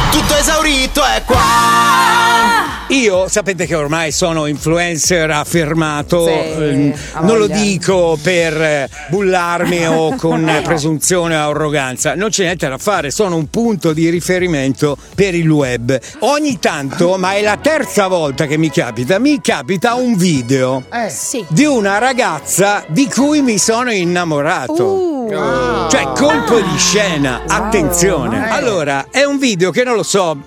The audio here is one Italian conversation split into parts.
Tutto esaurito è qua. Io sapete che ormai sono influencer affermato, Sì, non lo dico per bullarmi o con presunzione o arroganza, non c'è niente da fare, sono un punto di riferimento per il web. Ogni tanto, ma è la terza volta che mi capita un video di una ragazza di cui mi sono innamorato. Cioè, colpo di scena, attenzione. Allora, è un video che non lo so,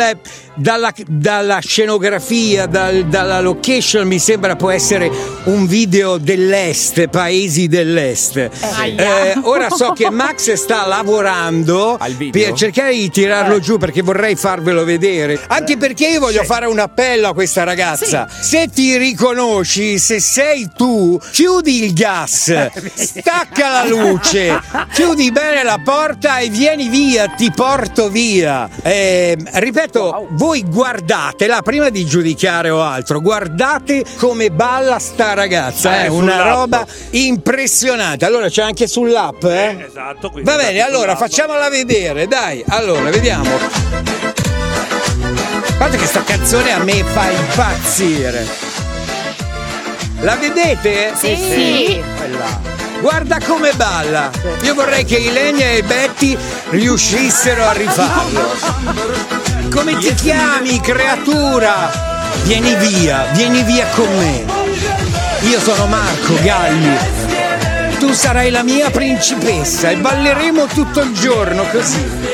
dalla scenografia, dalla location, mi sembra può essere un video dell'est, paesi dell'est. Ora so che Max sta lavorando per cercare di tirarlo giù, perché vorrei farvelo vedere. Anche perché io voglio fare un appello a questa ragazza. Se ti riconosci, se sei tu, chiudi il gas, stacca la luce, chiudi bene la porta e vieni via, ti porto via. Ripeto, voi guardatela prima di giudicare o altro, guardate come balla sta ragazza, è una roba impressionante. Allora c'è anche sull'app, Esatto. Va bene, allora facciamola vedere, dai. Allora, vediamo. Guarda che sta canzone a me fa impazzire. La vedete? Sì. Guarda come balla. Io vorrei che Ilenia e Betty riuscissero a rifarlo. Come ti chiami, creatura? Vieni via con me. Io sono Marco Galli. Tu sarai la mia principessa e balleremo tutto il giorno così.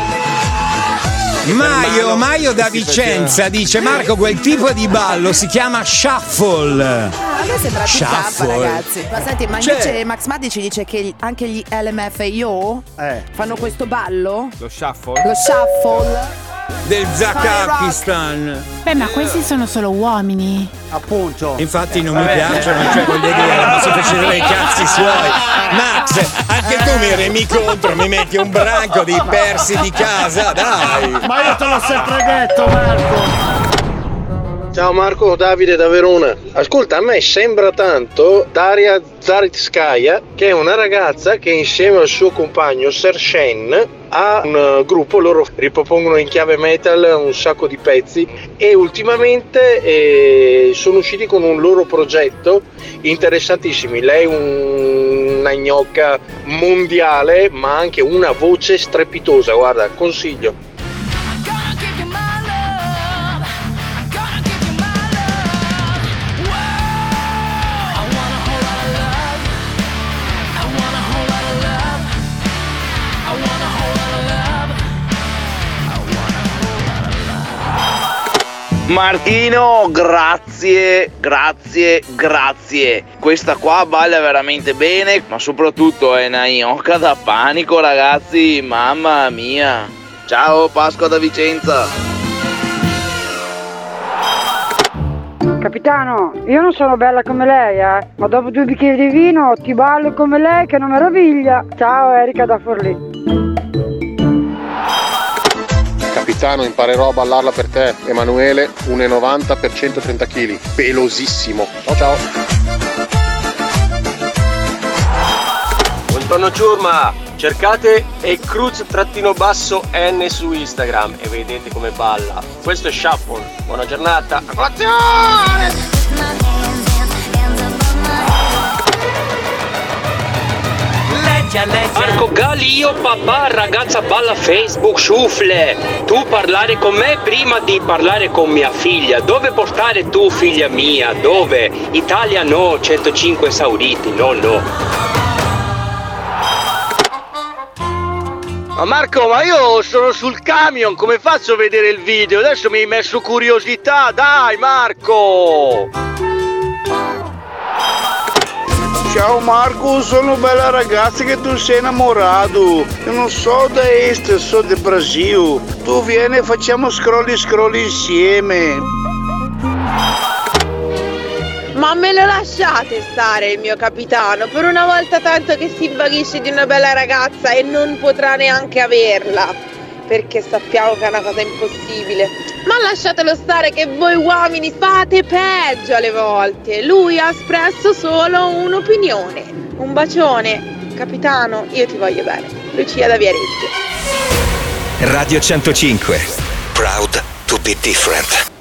Maio da Vicenza dice: Marco, quel tipo di ballo si chiama shuffle. A me sembra più Shuffle. tappa, ragazzi. Ma senti, ma Cioè- invece Max Madi ci dice che anche gli LMFAO fanno questo ballo? Lo shuffle? Lo shuffle. Del Zakakistan. Beh, ma questi sono solo uomini. Appunto. Infatti non mi piacciono, cioè voglio dire, ma si facevano i cazzi suoi. Max, anche tu mi remi contro, mi metti un branco di persi di casa, dai. Ma io te l'ho sempre detto, Marco. Ciao Marco, Davide da Verona. Ascolta, a me sembra tanto Daria Zaritskaya, che è una ragazza che insieme al suo compagno Sershen ha un gruppo, loro ripropongono in chiave metal un sacco di pezzi e ultimamente sono usciti con un loro progetto interessantissimi. Lei una gnocca mondiale, ma anche una voce strepitosa, guarda, consiglio. Martino, grazie. Questa qua balla veramente bene, ma soprattutto è una gnocca da panico, ragazzi, mamma mia. Ciao, Pasqua da Vicenza. Capitano, io non sono bella come lei, ma dopo 2 bicchieri di vino ti ballo come lei, che è una meraviglia. Ciao, Erika da Forlì. Capitano, imparerò a ballarla per te. Emanuele, 1,90 per 130 kg. Pelosissimo. Ciao. Buongiorno ciurma, cercate e cruz_n su Instagram e vedete come balla. Questo è Shuffle. Buona giornata. A colazione! Marco Galli, io papà, ragazza balla Facebook, shuffle. Tu parlare con me prima di parlare con mia figlia. Dove portare tu, figlia mia? Dove? Italia no, 105 esauriti, no. Ma Marco, ma io sono sul camion, come faccio a vedere il video? Adesso mi hai messo curiosità, dai Marco! Ciao Marco, sono bella ragazza che tu sei innamorato. Io non so da est, so del Brasile. Tu vieni e facciamo scroll insieme. Ma me lo lasciate stare il mio capitano, per una volta tanto che si invaghisce di una bella ragazza e non potrà neanche averla, perché sappiamo che è una cosa impossibile. Ma lasciatelo stare che voi uomini fate peggio alle volte. Lui ha espresso solo un'opinione. Un bacione, capitano, io ti voglio bene. Lucia da Viareggio. Radio 105. Proud to be different.